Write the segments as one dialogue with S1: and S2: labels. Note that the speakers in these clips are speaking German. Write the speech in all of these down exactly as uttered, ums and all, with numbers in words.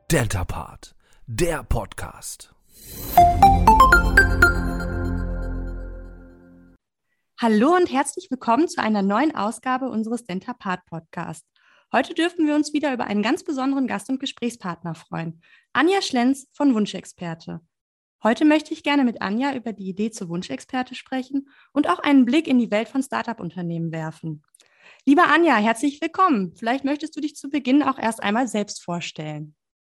S1: Deltapart, der Podcast.
S2: Hallo und herzlich willkommen zu einer neuen Ausgabe unseres Deltapart Podcasts. Heute dürfen wir uns wieder über einen ganz besonderen Gast und Gesprächspartner freuen. Anja Schlenz von Wunschexperte. Heute möchte ich gerne mit Anja über die Idee zur Wunschexperte sprechen und auch einen Blick in die Welt von Start-up-Unternehmen werfen. Liebe Anja, herzlich willkommen. Vielleicht möchtest du dich zu Beginn auch erst einmal selbst vorstellen.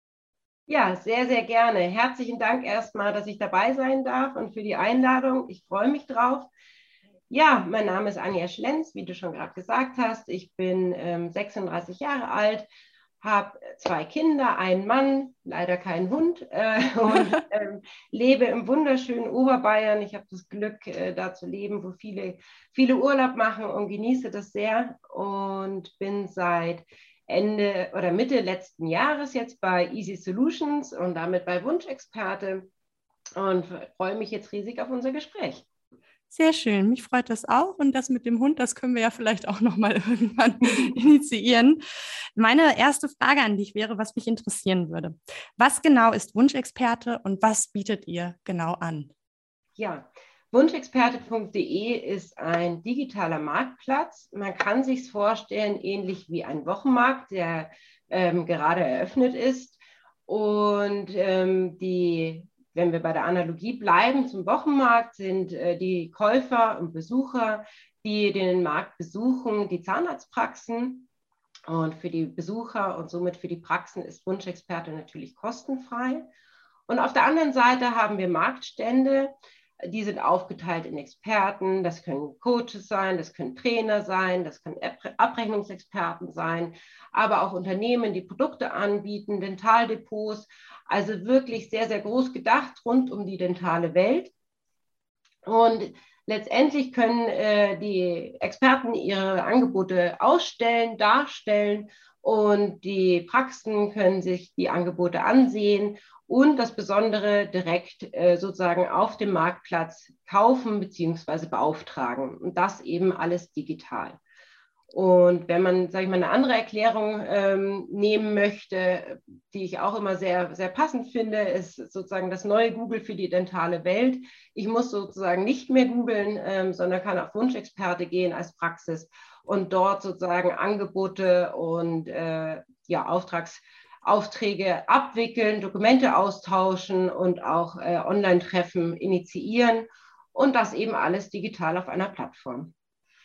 S3: Ja, sehr, sehr gerne. Herzlichen Dank erstmal, dass ich dabei sein darf und für die Einladung. Ich freue mich drauf. Ja, mein Name ist Anja Schlenz, wie du schon gerade gesagt hast. Ich bin ähm, sechsunddreißig Jahre alt, habe zwei Kinder, einen Mann, leider keinen Hund äh, und ähm, lebe im wunderschönen Oberbayern. Ich habe das Glück, äh, da zu leben, wo viele, viele Urlaub machen und genieße das sehr und bin seit Ende oder Mitte letzten Jahres jetzt bei Easy Solutions und damit bei Wunschexperte und freue mich jetzt riesig auf unser Gespräch.
S2: Sehr schön, mich freut das auch und das mit dem Hund, das können wir ja vielleicht auch nochmal irgendwann initiieren. Meine erste Frage an dich wäre, was mich interessieren würde. Was genau ist Wunschexperte und was bietet ihr genau an?
S3: Ja, Wunschexperte punkt de ist ein digitaler Marktplatz. Man kann sich es vorstellen, ähnlich wie ein Wochenmarkt, der ähm, gerade eröffnet ist. Und ähm, die, wenn wir bei der Analogie bleiben zum Wochenmarkt, sind äh, die Käufer und Besucher, die den Markt besuchen, die Zahnarztpraxen. Und für die Besucher und somit für die Praxen ist Wunschexperte natürlich kostenfrei. Und auf der anderen Seite haben wir Marktstände. Die sind aufgeteilt in Experten, das können Coaches sein, das können Trainer sein, das können Abrechnungsexperten sein, aber auch Unternehmen, die Produkte anbieten, Dentaldepots, also wirklich sehr, sehr groß gedacht rund um die dentale Welt. Und letztendlich können äh, die Experten ihre Angebote ausstellen, darstellen und die Praxen können sich die Angebote ansehen und das Besondere direkt äh, sozusagen auf dem Marktplatz kaufen bzw. beauftragen. Und das eben alles digital. Und wenn man, sage ich mal, eine andere Erklärung ähm, nehmen möchte, die ich auch immer sehr, sehr passend finde, ist sozusagen das neue Google für die dentale Welt. Ich muss sozusagen nicht mehr googeln, ähm, sondern kann auf Wunschexperte gehen als Praxis und dort sozusagen Angebote und äh, ja, Auftrags Aufträge abwickeln, Dokumente austauschen und auch äh, Online-Treffen initiieren und das eben alles digital auf einer Plattform.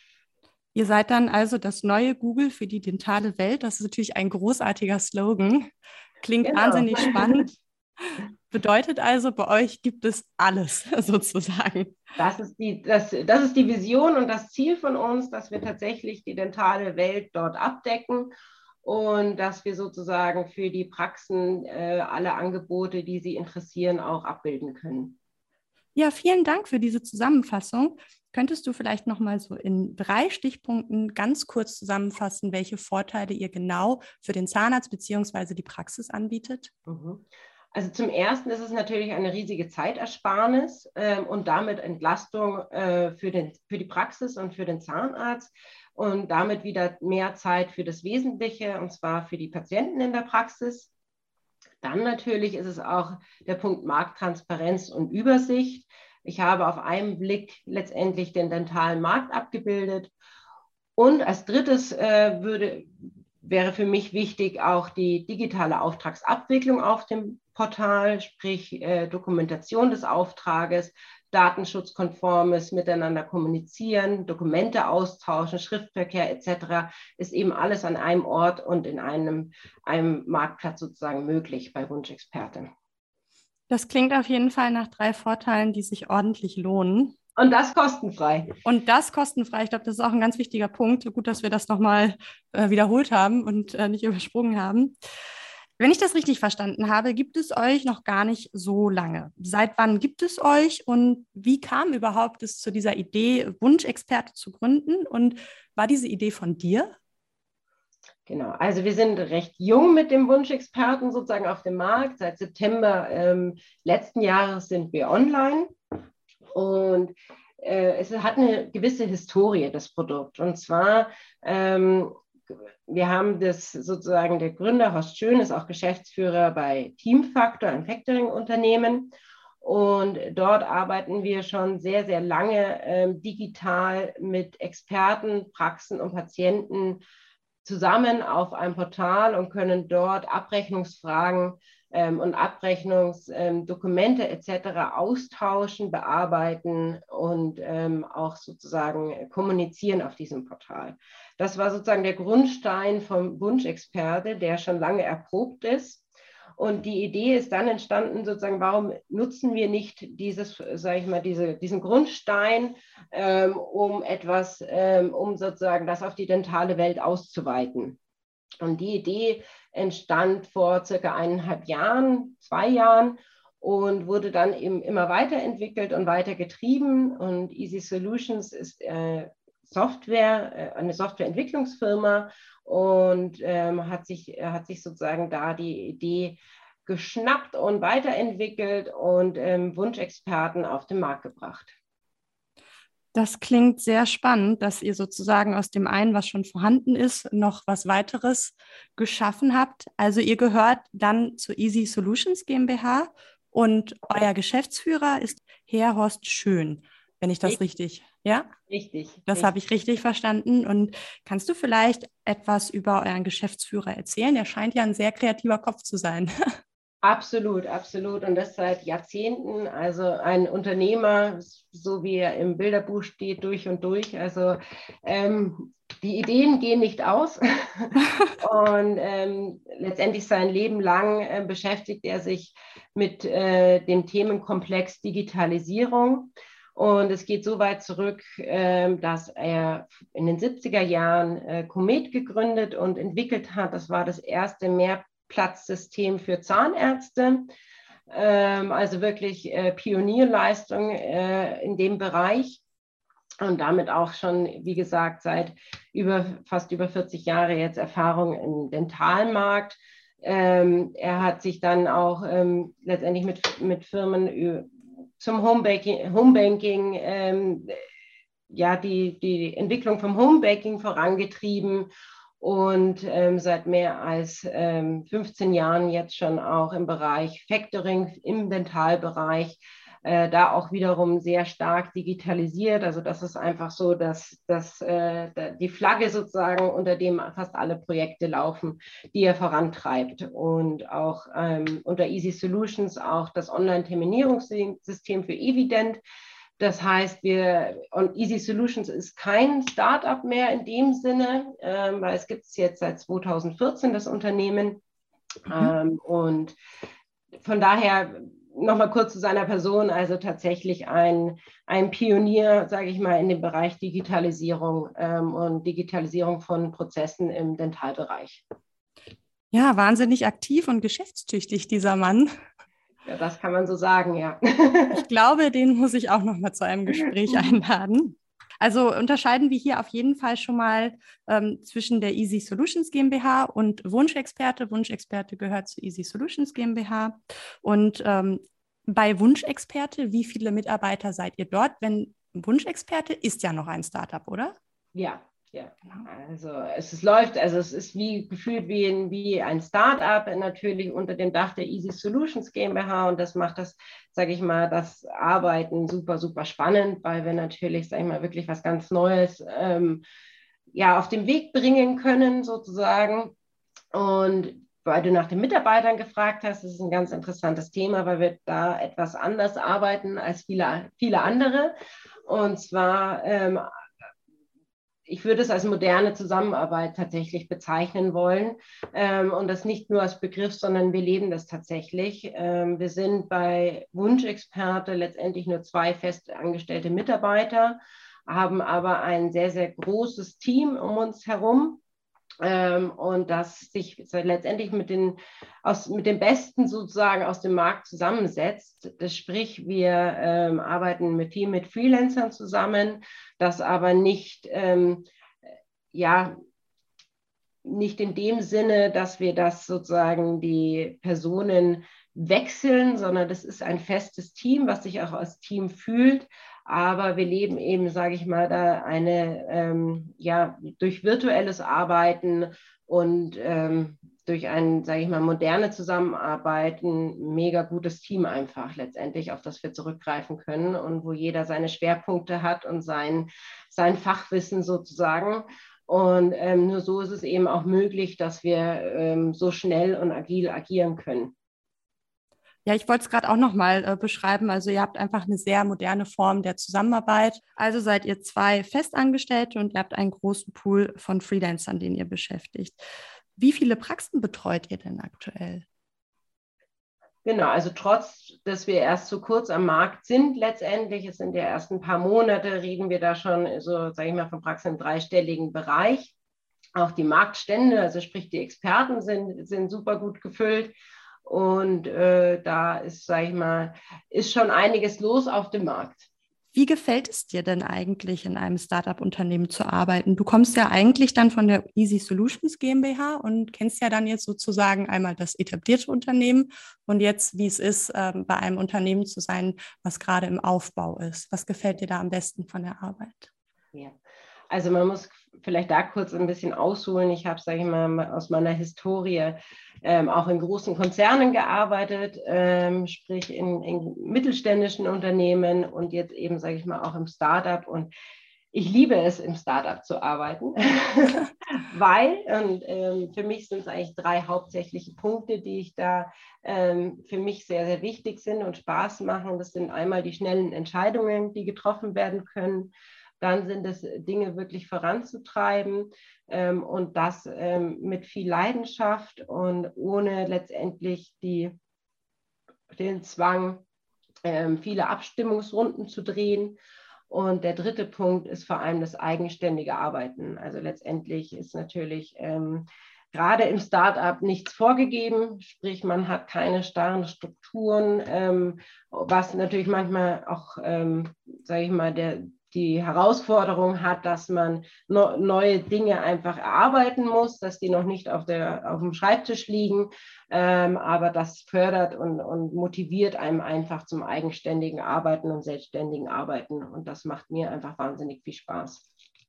S2: Ihr seid dann also das neue Google für die dentale Welt. Das ist natürlich ein großartiger Slogan. Klingt genau. Wahnsinnig spannend. Bedeutet also, bei euch gibt es alles sozusagen.
S3: Das ist die, das, das ist die Vision und das Ziel von uns, dass wir tatsächlich die dentale Welt dort abdecken. Und dass wir sozusagen für die Praxen äh, alle Angebote, die sie interessieren, auch abbilden können.
S2: Ja, vielen Dank für diese Zusammenfassung. Könntest du vielleicht noch mal so in drei Stichpunkten ganz kurz zusammenfassen, welche Vorteile ihr genau für den Zahnarzt bzw. die Praxis anbietet?
S3: Mhm. Also zum Ersten ist es natürlich eine riesige Zeitersparnis äh, und damit Entlastung äh, für, den, für die Praxis und für den Zahnarzt. Und damit wieder mehr Zeit für das Wesentliche, und zwar für die Patienten in der Praxis. Dann natürlich ist es auch der Punkt Markttransparenz und Übersicht. Ich habe auf einen Blick letztendlich den dentalen Markt abgebildet. Und als drittes äh, würde, wäre für mich wichtig auch die digitale Auftragsabwicklung auf dem Portal, sprich äh, Dokumentation des Auftrages, datenschutzkonformes Miteinander kommunizieren, Dokumente austauschen, Schriftverkehr et cetera ist eben alles an einem Ort und in einem, einem Marktplatz sozusagen möglich bei Wunschexperte.
S2: Das klingt auf jeden Fall nach drei Vorteilen, die sich ordentlich lohnen.
S3: Und das kostenfrei.
S2: Und das kostenfrei. Ich glaube, das ist auch ein ganz wichtiger Punkt. Gut, dass wir das nochmal äh, wiederholt haben und äh, nicht übersprungen haben. Wenn ich das richtig verstanden habe, gibt es euch noch gar nicht so lange. Seit wann gibt es euch und wie kam überhaupt es zu dieser Idee, Wunschexperte zu gründen? Und war diese Idee von dir?
S3: Genau, also wir sind recht jung mit dem Wunschexperten sozusagen auf dem Markt. Seit September ähm, letzten Jahres sind wir online und äh, es hat eine gewisse Historie, das Produkt. Und zwar ähm, wir haben das sozusagen, der Gründer Horst Schön ist auch Geschäftsführer bei Teamfaktor, ein Factoring-Unternehmen. Und dort arbeiten wir schon sehr, sehr lange äh, digital mit Experten, Praxen und Patienten zusammen auf einem Portal und können dort Abrechnungsfragen ähm, und Abrechnungsdokumente ähm, et cetera austauschen, bearbeiten und ähm, auch sozusagen kommunizieren auf diesem Portal. Das war sozusagen der Grundstein vom Wunschexperte, der schon lange erprobt ist. Und die Idee ist dann entstanden, sozusagen, warum nutzen wir nicht dieses, sage ich mal, diese, diesen Grundstein, ähm, um etwas, ähm, um sozusagen das auf die dentale Welt auszuweiten. Und die Idee entstand vor circa eineinhalb Jahren, zwei Jahren und wurde dann eben immer weiterentwickelt und weitergetrieben. Und Easy Solutions ist äh, Software, eine Softwareentwicklungsfirma und ähm, hat sich, hat sich sozusagen da die Idee geschnappt und weiterentwickelt und ähm, Wunschexperten auf den Markt gebracht.
S2: Das klingt sehr spannend, dass ihr sozusagen aus dem einen, was schon vorhanden ist, noch was weiteres geschaffen habt. Also ihr gehört dann zur Easy Solutions GmbH und euer Geschäftsführer ist Herr Horst Schön, wenn ich das richtig, ja?
S3: Richtig.
S2: Das habe ich richtig verstanden. Und kannst du vielleicht etwas über euren Geschäftsführer erzählen? Der scheint ja ein sehr kreativer Kopf zu sein.
S3: Absolut, absolut. Und das seit Jahrzehnten. Also ein Unternehmer, so wie er im Bilderbuch steht, durch und durch. Also ähm, die Ideen gehen nicht aus. Und ähm, letztendlich sein Leben lang äh, beschäftigt er sich mit äh, dem Themenkomplex Digitalisierung. Und es geht so weit zurück, äh, dass er in den siebziger Jahren äh, Comet gegründet und entwickelt hat. Das war das erste Mehrplatzsystem für Zahnärzte. Ähm, also wirklich äh, Pionierleistung äh, in dem Bereich. Und damit auch schon, wie gesagt, seit über, fast über vierzig Jahren jetzt Erfahrung im Dentalmarkt. Ähm, er hat sich dann auch ähm, letztendlich mit, mit Firmen zum Homebanking, Homebanking ähm, ja, die, die Entwicklung vom Homebanking vorangetrieben und ähm, seit mehr als ähm, fünfzehn Jahren jetzt schon auch im Bereich Factoring, im Dentalbereich, äh, da auch wiederum sehr stark digitalisiert. Also das ist einfach so, dass, dass äh, die Flagge sozusagen, unter dem fast alle Projekte laufen, die er vorantreibt. Und auch ähm, unter Easy Solutions auch das Online-Terminierungssystem für Evident. Das heißt, wir, und Easy Solutions ist kein Startup mehr in dem Sinne, ähm, weil es gibt es jetzt seit zweitausendvierzehn, das Unternehmen. Mhm. Ähm, und von daher nochmal kurz zu seiner Person, also tatsächlich ein, ein Pionier, sage ich mal, in dem Bereich Digitalisierung ähm, und Digitalisierung von Prozessen im Dentalbereich.
S2: Ja, wahnsinnig aktiv und geschäftstüchtig, dieser Mann.
S3: Ja, das kann man so sagen, ja.
S2: Ich glaube, den muss ich auch noch mal zu einem Gespräch einladen. Also unterscheiden wir hier auf jeden Fall schon mal ähm, zwischen der Easy Solutions GmbH und Wunschexperte. Wunschexperte gehört zu Easy Solutions GmbH. Und ähm, bei Wunschexperte, wie viele Mitarbeiter seid ihr dort? Wenn Wunschexperte ist ja noch ein Startup, oder?
S3: Ja. Ja, also es ist, läuft, also es ist wie gefühlt wie ein, wie ein Start-up, natürlich unter dem Dach der Easy Solutions GmbH, und das macht das, sage ich mal, das Arbeiten super, super spannend, weil wir natürlich, sage ich mal, wirklich was ganz Neues ähm, ja, auf den Weg bringen können sozusagen. Und weil du nach den Mitarbeitern gefragt hast, das ist ein ganz interessantes Thema, weil wir da etwas anders arbeiten als viele, viele andere, und zwar ähm, ich würde es als moderne Zusammenarbeit tatsächlich bezeichnen wollen, ähm, und das nicht nur als Begriff, sondern wir leben das tatsächlich. Ähm, wir sind bei Wunschexperte letztendlich nur zwei fest angestellte Mitarbeiter, haben aber ein sehr, sehr großes Team um uns herum. Ähm, und das sich letztendlich mit den, aus, mit den Besten sozusagen aus dem Markt zusammensetzt. Das sprich, wir ähm, arbeiten mit viel mit Freelancern zusammen, das aber nicht, ähm, ja, nicht in dem Sinne, dass wir das sozusagen die Personen wechseln, sondern das ist ein festes Team, was sich auch als Team fühlt. Aber wir leben eben, sage ich mal, da eine, ähm, ja, durch virtuelles Arbeiten und ähm, durch ein, sage ich mal, moderne Zusammenarbeit ein mega gutes Team einfach letztendlich, auf das wir zurückgreifen können und wo jeder seine Schwerpunkte hat und sein, sein Fachwissen sozusagen. Und ähm, nur so ist es eben auch möglich, dass wir ähm, so schnell und agil agieren können.
S2: Ja, ich wollte es gerade auch nochmal äh, beschreiben. Also ihr habt einfach eine sehr moderne Form der Zusammenarbeit. Also seid ihr zwei Festangestellte und ihr habt einen großen Pool von Freelancern, den ihr beschäftigt. Wie viele Praxen betreut ihr denn aktuell?
S3: Genau, also trotz, dass wir erst so kurz am Markt sind, letztendlich, es sind ja erst ein paar Monate, reden wir da schon so, sage ich mal, von Praxen im dreistelligen Bereich. Auch die Marktstände, also sprich die Experten sind, sind super gut gefüllt. Und äh, da ist, sage ich mal, ist schon einiges los auf dem Markt.
S2: Wie gefällt es dir denn eigentlich, in einem Startup-Unternehmen zu arbeiten? Du kommst ja eigentlich dann von der Easy Solutions GmbH und kennst ja dann jetzt sozusagen einmal das etablierte Unternehmen und jetzt, wie es ist, ähm, bei einem Unternehmen zu sein, was gerade im Aufbau ist. Was gefällt dir da am besten von der Arbeit?
S3: Ja. Also man muss vielleicht da kurz ein bisschen ausholen. Ich habe, sage ich mal, aus meiner Historie ähm, auch in großen Konzernen gearbeitet, ähm, sprich in, in mittelständischen Unternehmen und jetzt eben, sage ich mal, auch im Startup. Und ich liebe es, im Startup zu arbeiten, weil, und ähm, für mich sind es eigentlich drei hauptsächliche Punkte, die ich da ähm, für mich sehr, sehr wichtig sind und Spaß machen. Das sind einmal die schnellen Entscheidungen, die getroffen werden können. Dann sind es Dinge wirklich voranzutreiben ähm, und das ähm, mit viel Leidenschaft und ohne letztendlich die, den Zwang, ähm, viele Abstimmungsrunden zu drehen. Und der dritte Punkt ist vor allem das eigenständige Arbeiten. Also letztendlich ist natürlich ähm, gerade im Startup nichts vorgegeben, sprich man hat keine starren Strukturen, ähm, was natürlich manchmal auch, ähm, sage ich mal, der die Herausforderung hat, dass man no, neue Dinge einfach erarbeiten muss, dass die noch nicht auf, der, auf dem Schreibtisch liegen, ähm, aber das fördert und, und motiviert einem einfach zum eigenständigen Arbeiten und selbstständigen Arbeiten und das macht mir einfach wahnsinnig viel Spaß.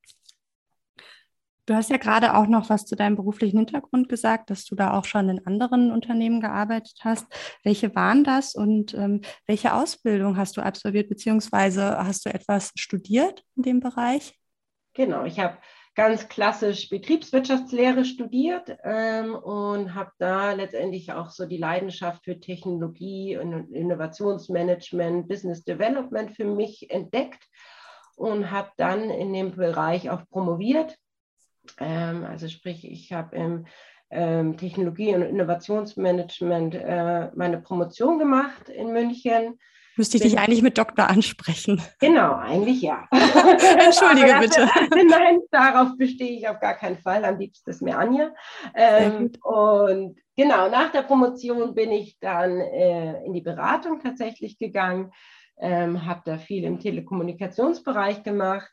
S2: Du hast ja gerade auch noch was zu deinem beruflichen Hintergrund gesagt, dass du da auch schon in anderen Unternehmen gearbeitet hast. Welche waren das und ähm, welche Ausbildung hast du absolviert, beziehungsweise hast du etwas studiert in dem Bereich?
S3: Genau, ich habe ganz klassisch Betriebswirtschaftslehre studiert ähm, und habe da letztendlich auch so die Leidenschaft für Technologie und Innovationsmanagement, Business Development für mich entdeckt und habe dann in dem Bereich auch promoviert. Ähm, also sprich, ich habe im ähm, Technologie- und Innovationsmanagement äh, meine Promotion gemacht in München.
S2: Müsste ich dich eigentlich mit Doktor ansprechen?
S3: Genau, eigentlich ja.
S2: Entschuldige das, bitte.
S3: Nein, darauf bestehe ich auf gar keinen Fall. Am liebsten ist mir Anja. Ähm, und genau, nach der Promotion bin ich dann äh, in die Beratung tatsächlich gegangen, ähm, habe da viel im Telekommunikationsbereich gemacht,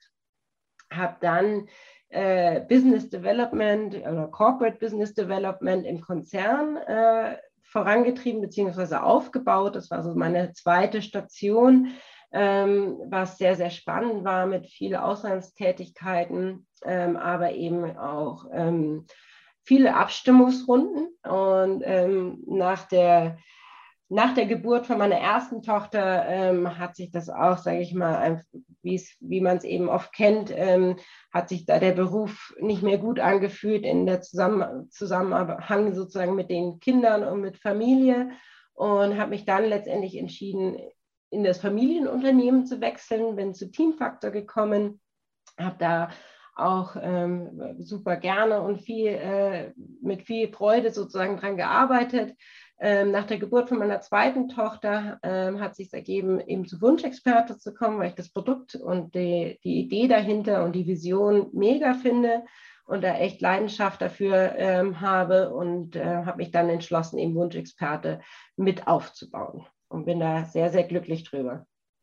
S3: habe dann äh, Business Development oder Corporate Business Development im Konzern äh, vorangetrieben bzw. aufgebaut. Das war so meine zweite Station, ähm, was sehr, sehr spannend war mit vielen Auslandstätigkeiten, ähm, aber eben auch ähm, viele Abstimmungsrunden. Und ähm, nach der Nach der Geburt von meiner ersten Tochter ähm, hat sich das auch, sage ich mal, wie man es eben oft kennt, ähm, hat sich da der Beruf nicht mehr gut angefühlt in der Zusammen Zusammenhang sozusagen mit den Kindern und mit Familie und habe mich dann letztendlich entschieden, in das Familienunternehmen zu wechseln, bin zu Teamfaktor gekommen, habe da auch ähm, super gerne und viel, äh, mit viel Freude sozusagen dran gearbeitet. Ähm, nach der Geburt von meiner zweiten Tochter ähm, hat sich ergeben, eben zu Wunschexperte zu kommen, weil ich das Produkt und die, die Idee dahinter und die Vision mega finde und da echt Leidenschaft dafür ähm, habe und äh, habe mich dann entschlossen, eben Wunschexperte mit aufzubauen und bin da sehr, sehr glücklich drüber.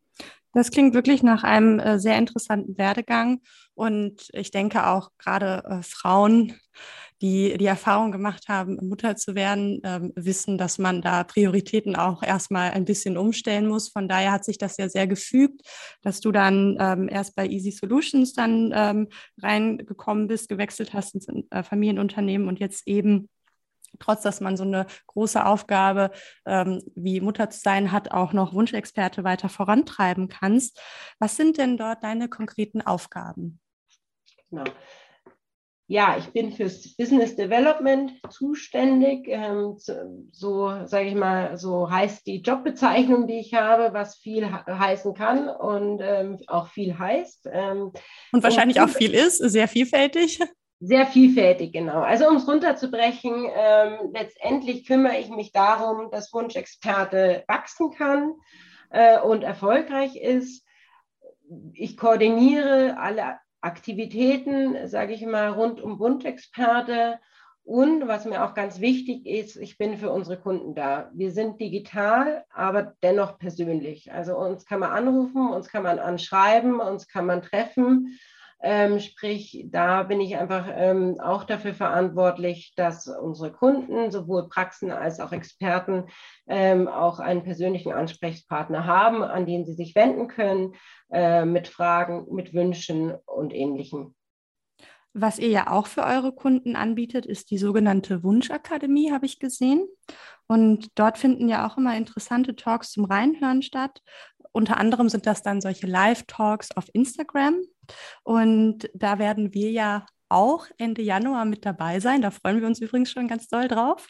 S2: Das klingt wirklich nach einem äh, sehr interessanten Werdegang und ich denke auch gerade äh, Frauen, die die Erfahrung gemacht haben, Mutter zu werden, ähm, wissen, dass man da Prioritäten auch erstmal ein bisschen umstellen muss. Von daher hat sich das ja sehr gefügt, dass du dann ähm, erst bei Easy Solutions dann ähm, reingekommen bist, gewechselt hast ins äh, Familienunternehmen und jetzt eben trotz dass man so eine große Aufgabe ähm, wie Mutter zu sein hat, auch noch Wunschexperte weiter vorantreiben kannst. Was sind denn dort deine konkreten Aufgaben?
S3: Genau. Ja, ich bin fürs Business Development zuständig. Ähm, so, sage ich mal, so heißt die Jobbezeichnung, die ich habe, was viel heißen kann und ähm, auch viel heißt. Ähm,
S2: und wahrscheinlich um, auch viel ist, sehr vielfältig.
S3: Sehr vielfältig, genau. Also um es runterzubrechen, ähm, letztendlich kümmere ich mich darum, dass Wunschexperte wachsen kann äh, und erfolgreich ist. Ich koordiniere alle Aktivitäten, sage ich mal, rund um Wunschexperte. Und was mir auch ganz wichtig ist, ich bin für unsere Kunden da. Wir sind digital, aber dennoch persönlich. Also uns kann man anrufen, uns kann man anschreiben, uns kann man treffen. Ähm, sprich, da bin ich einfach ähm, auch dafür verantwortlich, dass unsere Kunden, sowohl Praxen als auch Experten, ähm, auch einen persönlichen Ansprechpartner haben, an den sie sich wenden können, äh, mit Fragen, mit Wünschen und Ähnlichem.
S2: Was ihr ja auch für eure Kunden anbietet, ist die sogenannte Wunschakademie, habe ich gesehen. Und dort finden ja auch immer interessante Talks zum Reinhören statt. Unter anderem sind das dann solche Live-Talks auf Instagram. Und da werden wir ja auch Ende Januar mit dabei sein. Da freuen wir uns übrigens schon ganz doll drauf.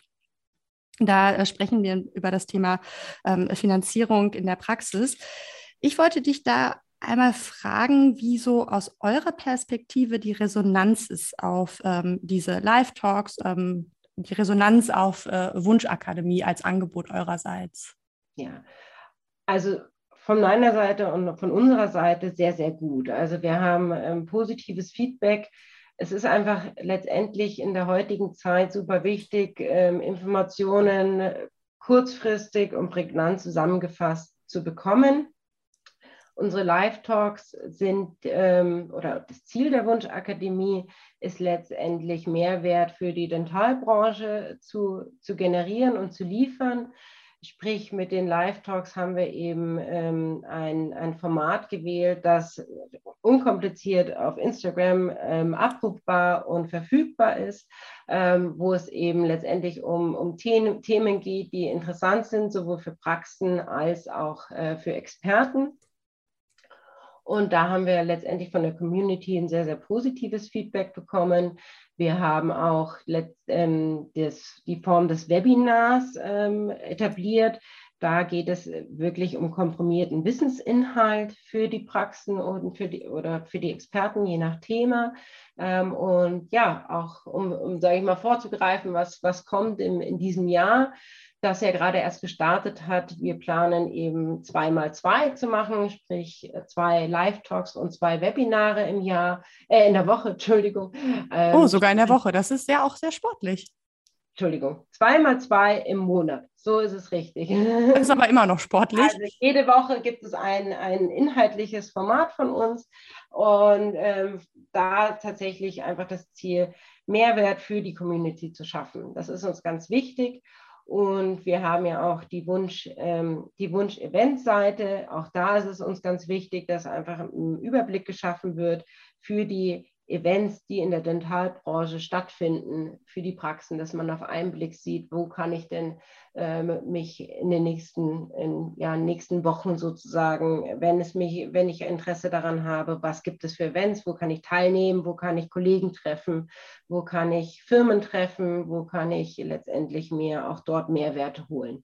S2: Da äh, sprechen wir über das Thema ähm, Finanzierung in der Praxis. Ich wollte dich da einmal fragen, wie so aus eurer Perspektive die Resonanz ist auf ähm, diese Live-Talks, ähm, die Resonanz auf äh, Wunschakademie als Angebot eurerseits.
S3: Ja, also von meiner Seite und von unserer Seite sehr, sehr gut. Also wir haben ähm, positives Feedback. Es ist einfach letztendlich in der heutigen Zeit super wichtig, ähm, Informationen kurzfristig und prägnant zusammengefasst zu bekommen. Unsere Live-Talks sind, ähm, oder das Ziel der Wunschakademie ist letztendlich Mehrwert für die Dentalbranche zu, zu generieren und zu liefern. Sprich, mit den Live-Talks haben wir eben ähm, ein, ein Format gewählt, das unkompliziert auf Instagram ähm, abrufbar und verfügbar ist, ähm, wo es eben letztendlich um, um The- Themen geht, die interessant sind, sowohl für Praxen als auch äh, für Experten. Und da haben wir letztendlich von der Community ein sehr, sehr positives Feedback bekommen. Wir haben auch letzt, ähm, das, die Form des Webinars ähm, etabliert. Da geht es wirklich um komprimierten Wissensinhalt für die Praxen und für die, oder für die Experten, je nach Thema. Ähm, und ja, auch um, um sage ich mal, vorzugreifen, was, was kommt im, in diesem Jahr, das ja gerade erst gestartet hat. Wir planen eben zwei mal zwei zu machen, sprich zwei Live-Talks und zwei Webinare im Jahr, äh, in der Woche, Entschuldigung.
S2: Ähm, oh, sogar in der Woche. Das ist ja auch sehr sportlich.
S3: Entschuldigung, zwei mal zwei im Monat. So ist es richtig.
S2: Das ist aber immer noch sportlich.
S3: Also jede Woche gibt es ein, ein inhaltliches Format von uns und ähm, da tatsächlich einfach das Ziel, Mehrwert für die Community zu schaffen. Das ist uns ganz wichtig. Und wir haben ja auch die Wunsch, ähm, die Wunsch-Event-Seite. Auch da ist es uns ganz wichtig, dass einfach ein Überblick geschaffen wird für die Events, die in der Dentalbranche stattfinden, für die Praxen, dass man auf einen Blick sieht, wo kann ich denn ähm, mich in den nächsten, in, ja, nächsten Wochen sozusagen, wenn es mich, wenn ich Interesse daran habe, was gibt es für Events, wo kann ich teilnehmen, wo kann ich Kollegen treffen, wo kann ich Firmen treffen, wo kann ich letztendlich mir auch dort Mehrwerte holen.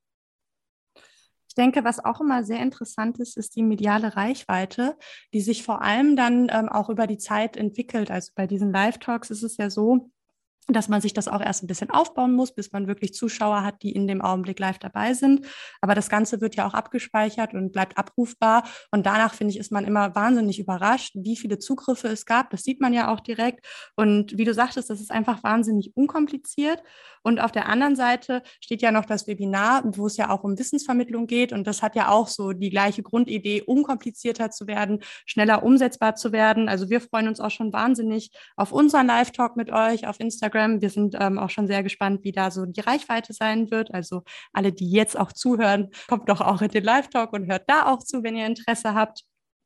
S2: Ich denke, was auch immer sehr interessant ist, ist die mediale Reichweite, die sich vor allem dann ähm, auch über die Zeit entwickelt. Also bei diesen Live-Talks ist es ja so, dass man sich das auch erst ein bisschen aufbauen muss, bis man wirklich Zuschauer hat, die in dem Augenblick live dabei sind. Aber das Ganze wird ja auch abgespeichert und bleibt abrufbar. Und danach, finde ich, ist man immer wahnsinnig überrascht, wie viele Zugriffe es gab. Das sieht man ja auch direkt. Und wie du sagtest, das ist einfach wahnsinnig unkompliziert. Und auf der anderen Seite steht ja noch das Webinar, wo es ja auch um Wissensvermittlung geht. Und das hat ja auch so die gleiche Grundidee, unkomplizierter zu werden, schneller umsetzbar zu werden. Also wir freuen uns auch schon wahnsinnig auf unseren Live-Talk mit euch auf Instagram. Instagram. Wir sind ähm, auch schon sehr gespannt, wie da so die Reichweite sein wird. Also alle, die jetzt auch zuhören, kommt doch auch in den Live-Talk und hört da auch zu, wenn ihr Interesse habt.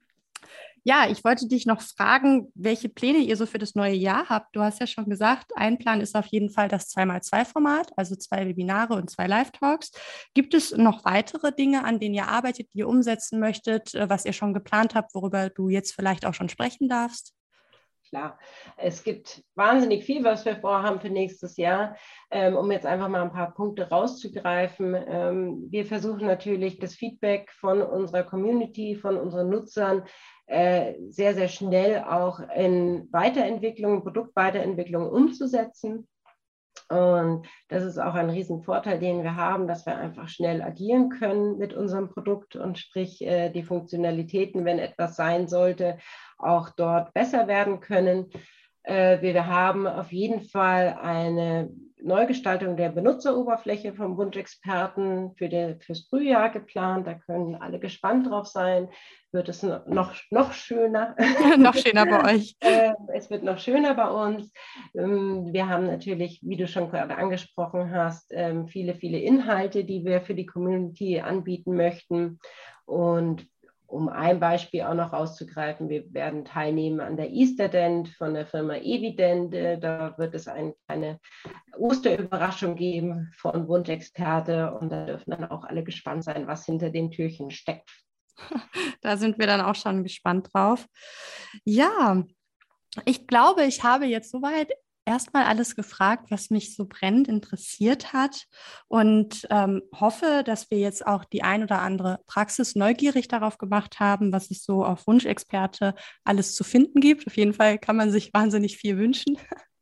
S2: Ja, ich wollte dich noch fragen, welche Pläne ihr so für das neue Jahr habt. Du hast ja schon gesagt, ein Plan ist auf jeden Fall das zwei mal zwei Format, also zwei Webinare und zwei Live-Talks. Gibt es noch weitere Dinge, an denen ihr arbeitet, die ihr umsetzen möchtet, was ihr schon geplant habt, worüber du jetzt vielleicht auch schon sprechen darfst?
S3: Klar, es gibt wahnsinnig viel, was wir vorhaben für nächstes Jahr. Ähm, um jetzt einfach mal ein paar Punkte rauszugreifen. Ähm, wir versuchen natürlich das Feedback von unserer Community, von unseren Nutzern äh, sehr, sehr schnell auch in Weiterentwicklungen, Produktweiterentwicklungen umzusetzen. Und das ist auch ein Riesenvorteil, den wir haben, dass wir einfach schnell agieren können mit unserem Produkt und sprich äh, die Funktionalitäten, wenn etwas sein sollte, auch dort besser werden können. Äh, wir haben auf jeden Fall eine Neugestaltung der Benutzeroberfläche vom Wunschexperten für die, fürs Frühjahr geplant. Da können alle gespannt drauf sein. Wird es noch, noch schöner.
S2: Noch schöner bei euch.
S3: äh, es wird noch schöner bei uns. Ähm, wir haben natürlich, wie du schon gerade angesprochen hast, ähm, viele, viele Inhalte, die wir für die Community anbieten möchten. Und um ein Beispiel auch noch rauszugreifen, wir werden teilnehmen an der Easterdent von der Firma Evident. Da wird es eine kleine Osterüberraschung geben von Wunschexperte und da dürfen dann auch alle gespannt sein, was hinter den Türchen steckt.
S2: Da sind wir dann auch schon gespannt drauf. Ja, ich glaube, ich habe jetzt soweit erstmal alles gefragt, was mich so brennend interessiert hat und ähm, hoffe, dass wir jetzt auch die ein oder andere Praxis neugierig darauf gemacht haben, was es so auf Wunschexperte alles zu finden gibt. Auf jeden Fall kann man sich wahnsinnig viel wünschen.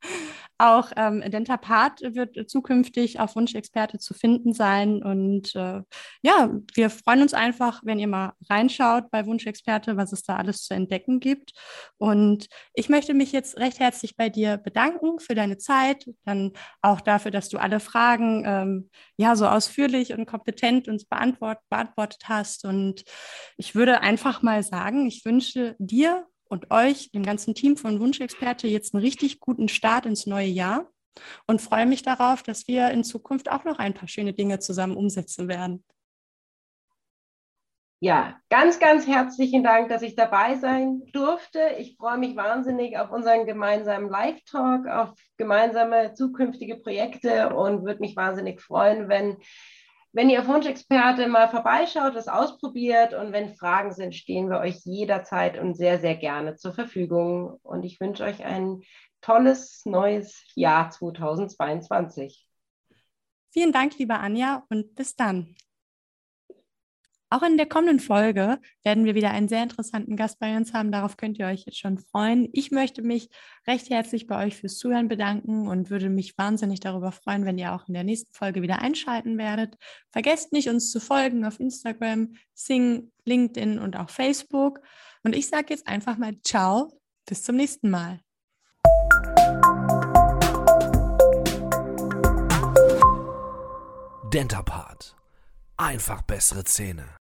S2: Auch ähm, Dentapart wird zukünftig auf Wunschexperte zu finden sein. Und äh, ja, wir freuen uns einfach, wenn ihr mal reinschaut bei Wunschexperte, was es da alles zu entdecken gibt. Und ich möchte mich jetzt recht herzlich bei dir bedanken für deine Zeit, dann auch dafür, dass du alle Fragen ähm, ja so ausführlich und kompetent uns beantwort beantwortet hast. Und ich würde einfach mal sagen, ich wünsche dir und euch, dem ganzen Team von Wunschexperte, jetzt einen richtig guten Start ins neue Jahr und freue mich darauf, dass wir in Zukunft auch noch ein paar schöne Dinge zusammen umsetzen werden.
S3: Ja, ganz, ganz herzlichen Dank, dass ich dabei sein durfte. Ich freue mich wahnsinnig auf unseren gemeinsamen Live-Talk, auf gemeinsame zukünftige Projekte und würde mich wahnsinnig freuen, wenn Wenn ihr auf Wunschexperte mal vorbeischaut, es ausprobiert und wenn Fragen sind, stehen wir euch jederzeit und sehr, sehr gerne zur Verfügung. Und ich wünsche euch ein tolles neues Jahr zweitausendzweiundzwanzig.
S2: Vielen Dank, liebe Anja, und bis dann. Auch in der kommenden Folge werden wir wieder einen sehr interessanten Gast bei uns haben. Darauf könnt ihr euch jetzt schon freuen. Ich möchte mich recht herzlich bei euch fürs Zuhören bedanken und würde mich wahnsinnig darüber freuen, wenn ihr auch in der nächsten Folge wieder einschalten werdet. Vergesst nicht, uns zu folgen auf Instagram, Xing, LinkedIn und auch Facebook. Und ich sage jetzt einfach mal ciao, bis zum nächsten Mal.
S1: Dentapart. Einfach bessere Zähne.